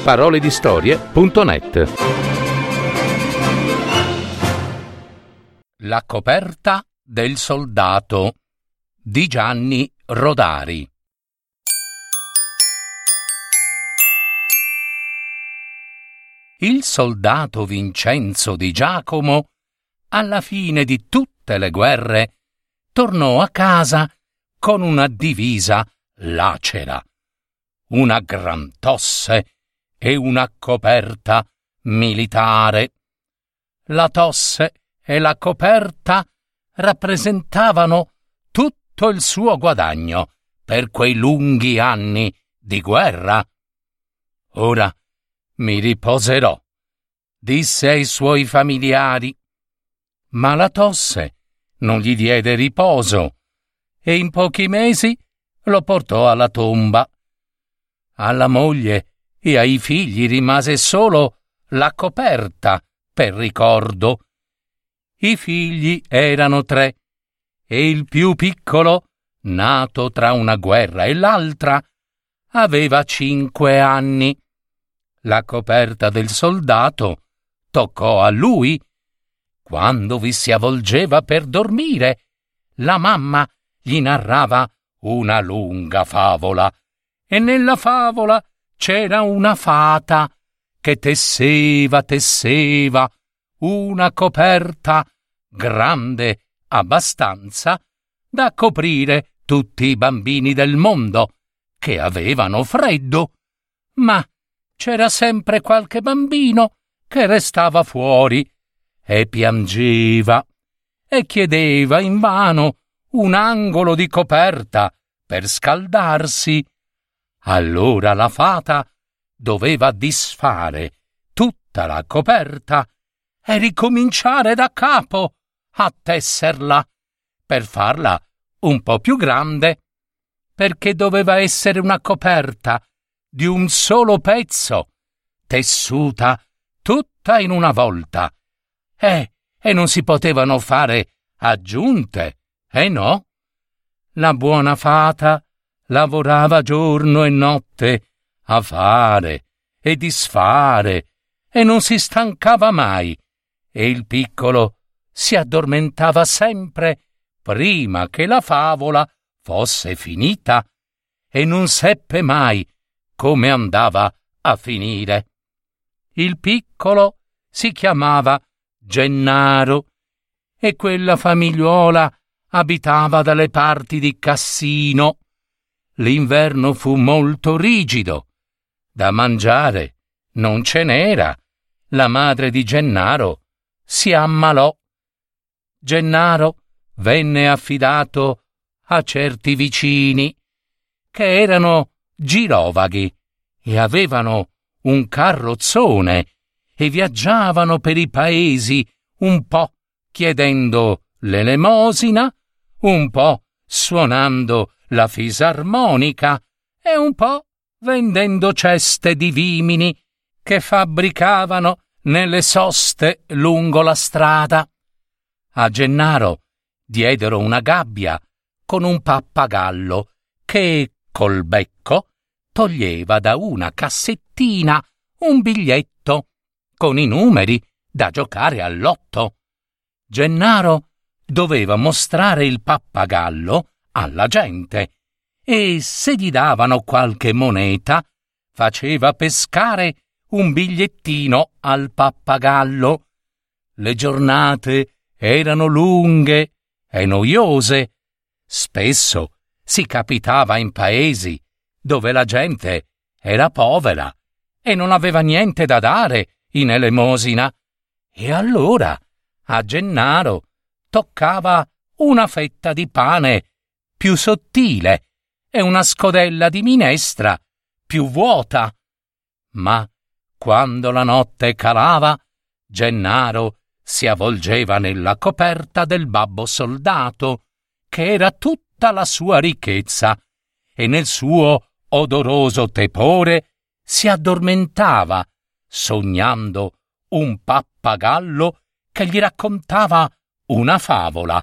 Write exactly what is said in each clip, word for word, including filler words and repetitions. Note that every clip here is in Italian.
parole di storie punto net. La coperta del soldato di Gianni Rodari. Il soldato Vincenzo di Giacomo, alla fine di tutte le guerre, tornò a casa con una divisa lacera, una gran tosse e una coperta militare. La tosse e la coperta rappresentavano tutto il suo guadagno per quei lunghi anni di guerra. Ora mi riposerò, disse ai suoi familiari, ma la tosse non gli diede riposo e in pochi mesi lo portò alla tomba. Alla moglie e ai figli rimase solo la coperta per ricordo. I figli erano tre e il più piccolo, nato tra una guerra e l'altra, aveva cinque anni. La coperta del soldato toccò a lui. Quando vi si avvolgeva per dormire, la mamma gli narrava una lunga favola e nella favola c'era una fata che tesseva, tesseva una coperta grande abbastanza da coprire tutti i bambini del mondo che avevano freddo, ma c'era sempre qualche bambino che restava fuori e piangeva e chiedeva invano un angolo di coperta per scaldarsi. Allora la fata doveva disfare tutta la coperta e ricominciare da capo a tesserla per farla un po' più grande, perché doveva essere una coperta di un solo pezzo, tessuta tutta in una volta, e, e non si potevano fare aggiunte, eh no? La buona fata lavorava giorno e notte a fare e disfare e non si stancava mai, e il piccolo si addormentava sempre prima che la favola fosse finita e non seppe mai come andava a finire. Il piccolo si chiamava Gennaro e quella famigliuola abitava dalle parti di Cassino. L'inverno fu molto rigido. Da mangiare non ce n'era. La madre di Gennaro si ammalò. Gennaro venne affidato a certi vicini che erano girovaghi e avevano un carrozzone e viaggiavano per i paesi un po' chiedendo l'elemosina, un po' suonando la fisarmonica e un po' vendendo ceste di vimini che fabbricavano nelle soste lungo la strada. A Gennaro diedero una gabbia con un pappagallo che, col becco, toglieva da una cassettina un biglietto con i numeri da giocare al lotto. Gennaro doveva mostrare il pappagallo alla gente e, se gli davano qualche moneta, faceva pescare un bigliettino al pappagallo. Le giornate erano lunghe e noiose. Spesso si capitava in paesi dove la gente era povera e non aveva niente da dare in elemosina, e allora a Gennaro toccava una fetta di pane più sottile e una scodella di minestra più vuota. Ma quando la notte calava, Gennaro si avvolgeva nella coperta del babbo soldato, che era tutta la sua ricchezza, e nel suo odoroso tepore si addormentava, sognando un pappagallo che gli raccontava una favola.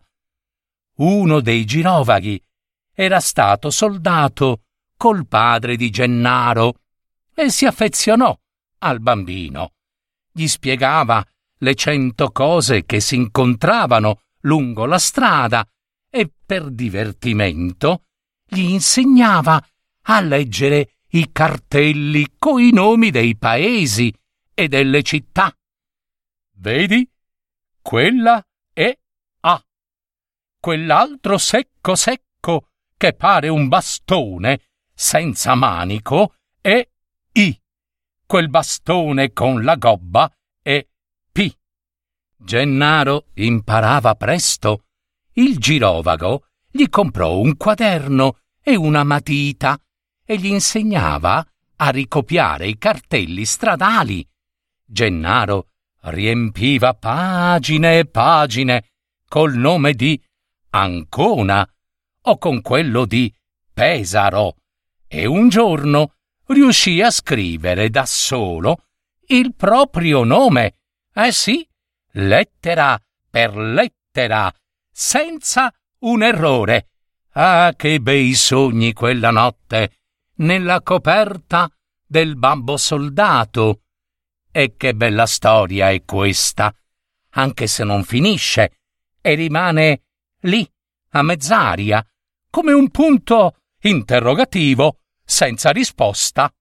Uno dei girovaghi era stato soldato col padre di Gennaro e si affezionò al bambino. Gli spiegava le cento cose che si incontravano lungo la strada e per divertimento gli insegnava a leggere i cartelli coi nomi dei paesi e delle città. Vedi? Quella è A. Quell'altro secco secco che pare un bastone senza manico è I. Quel bastone con la gobba è P. Gennaro imparava presto. Il girovago gli comprò un quaderno e una matita e gli insegnava a ricopiare i cartelli stradali. Gennaro riempiva pagine e pagine col nome di Ancona o con quello di Pesaro e un giorno riuscì a scrivere da solo il proprio nome. Eh sì, lettera per lettera, senza un errore. Ah, che bei sogni quella notte, nella coperta del babbo soldato. E che bella storia è questa, anche se non finisce e rimane lì, a mezz'aria, come un punto interrogativo senza risposta.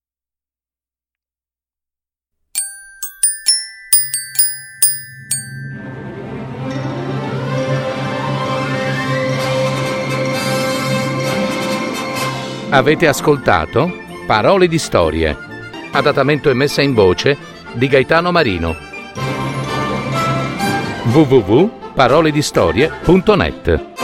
Avete ascoltato Parole di Storie, adattamento e messa in voce di Gaetano Marino. w w w punto parole di storie punto net